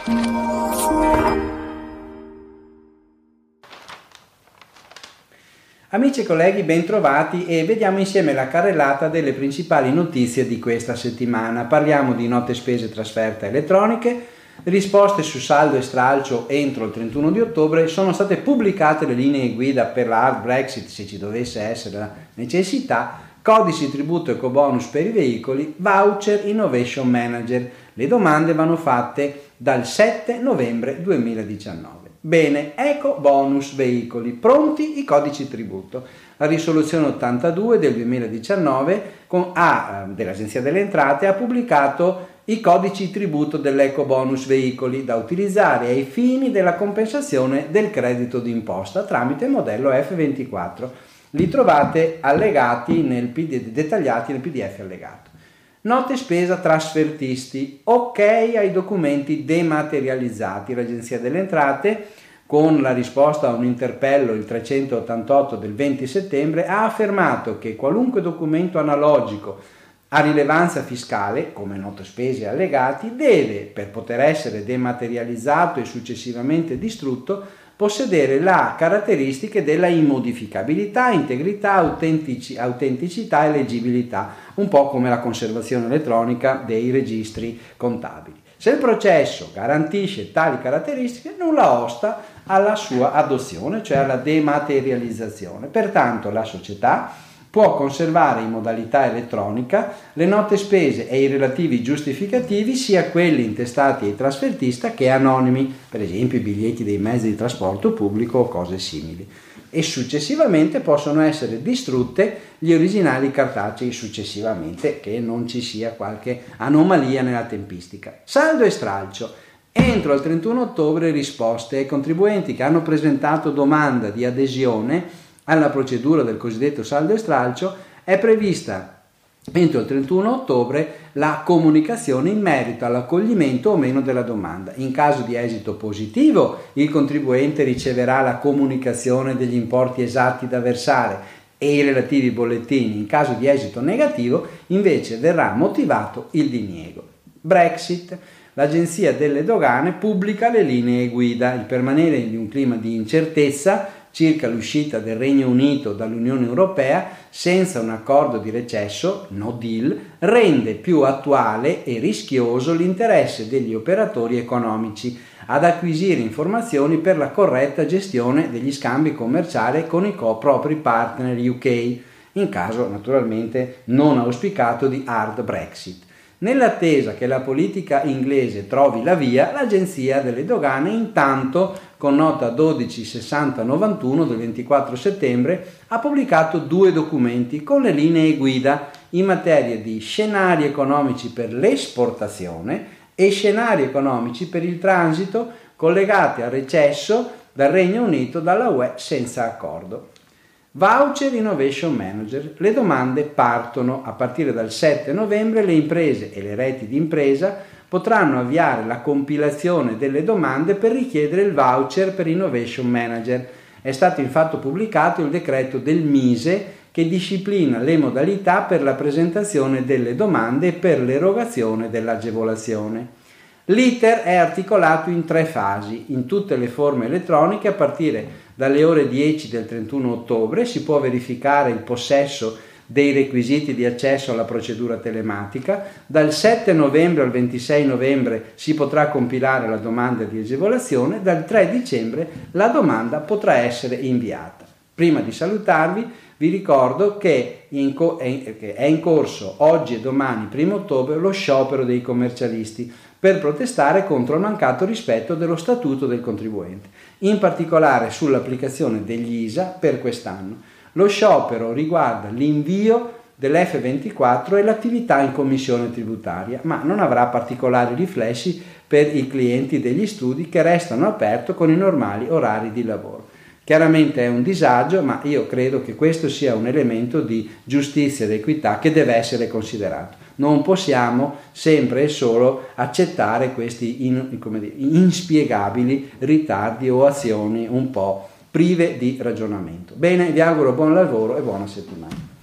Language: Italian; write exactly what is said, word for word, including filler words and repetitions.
Amici e colleghi, bentrovati e vediamo insieme la carrellata delle principali notizie di questa settimana. Parliamo di note spese trasferte elettroniche, risposte su saldo e stralcio entro il trentuno di ottobre, sono state pubblicate le linee guida per la hard Brexit se ci dovesse essere la necessità, codici tributo ecobonus per i veicoli, voucher Innovation Manager. Le domande vanno fatte dal sette novembre duemiladiciannove. Bene, eco bonus veicoli, pronti i codici tributo. La risoluzione ottantadue del duemiladiciannove con, ha, dell'Agenzia delle Entrate ha pubblicato i codici tributo dell'eco bonus veicoli da utilizzare ai fini della compensazione del credito d'imposta tramite modello F ventiquattro. Li trovate allegati nel P D F, dettagliati nel P D F allegato. Note spesa trasfertisti, ok ai documenti dematerializzati. L'Agenzia delle Entrate, con la risposta a un interpello il trecentottantotto del venti settembre, ha affermato che qualunque documento analogico a rilevanza fiscale, come note spese e allegati, deve, per poter essere dematerializzato e successivamente distrutto, possedere le caratteristiche della immodificabilità, integrità, autentici, autenticità e leggibilità, un po' come la conservazione elettronica dei registri contabili. Se il processo garantisce tali caratteristiche, nulla osta alla sua adozione, cioè alla dematerializzazione. Pertanto la società può conservare in modalità elettronica le note spese e i relativi giustificativi, sia quelli intestati ai trasfertista che anonimi, per esempio i biglietti dei mezzi di trasporto pubblico o cose simili, e successivamente possono essere distrutte gli originali cartacei, successivamente che non ci sia qualche anomalia nella tempistica. Saldo e stralcio. Entro il trentuno ottobre risposte ai contribuenti che hanno presentato domanda di adesione alla procedura del cosiddetto saldo e stralcio. È prevista entro il trentuno ottobre la comunicazione in merito all'accoglimento o meno della domanda. In caso di esito positivo, il contribuente riceverà la comunicazione degli importi esatti da versare e i relativi bollettini. In caso di esito negativo, invece, verrà motivato il diniego. Brexit. L'Agenzia delle Dogane pubblica le linee guida. Il permanere in un clima di incertezza circa l'uscita del Regno Unito dall'Unione Europea senza un accordo di recesso, no deal, rende più attuale e rischioso l'interesse degli operatori economici ad acquisire informazioni per la corretta gestione degli scambi commerciali con i propri partner U K, in caso naturalmente non auspicato di hard Brexit. Nell'attesa che la politica inglese trovi la via, l'Agenzia delle Dogane intanto, con nota dodici sessanta novantuno del ventiquattro settembre, ha pubblicato due documenti con le linee guida in materia di scenari economici per l'esportazione e scenari economici per il transito collegati al recesso dal Regno Unito dalla U E senza accordo. Voucher Innovation Manager. Le domande partono. A partire dal sette novembre le imprese e le reti di impresa potranno avviare la compilazione delle domande per richiedere il voucher per Innovation Manager. È stato infatti pubblicato il decreto del MISE che disciplina le modalità per la presentazione delle domande e per l'erogazione dell'agevolazione. L'iter è articolato in tre fasi, in tutte le forme elettroniche. A partire dalle ore dieci del trentuno ottobre si può verificare il possesso dei requisiti di accesso alla procedura telematica. Dal sette novembre al ventisei novembre si potrà compilare la domanda di agevolazione. Dal tre dicembre la domanda potrà essere inviata. Prima di salutarvi vi ricordo che è in corso oggi e domani, primo ottobre, lo sciopero dei commercialisti per protestare contro il mancato rispetto dello statuto del contribuente, in particolare sull'applicazione degli I S A per quest'anno. Lo sciopero riguarda l'invio dell'F ventiquattro e l'attività in commissione tributaria, ma non avrà particolari riflessi per i clienti degli studi che restano aperti con i normali orari di lavoro. Chiaramente è un disagio, ma io credo che questo sia un elemento di giustizia ed equità che deve essere considerato. Non possiamo sempre e solo accettare questi in, come dire, inspiegabili ritardi o azioni un po' prive di ragionamento. Bene, vi auguro buon lavoro e buona settimana.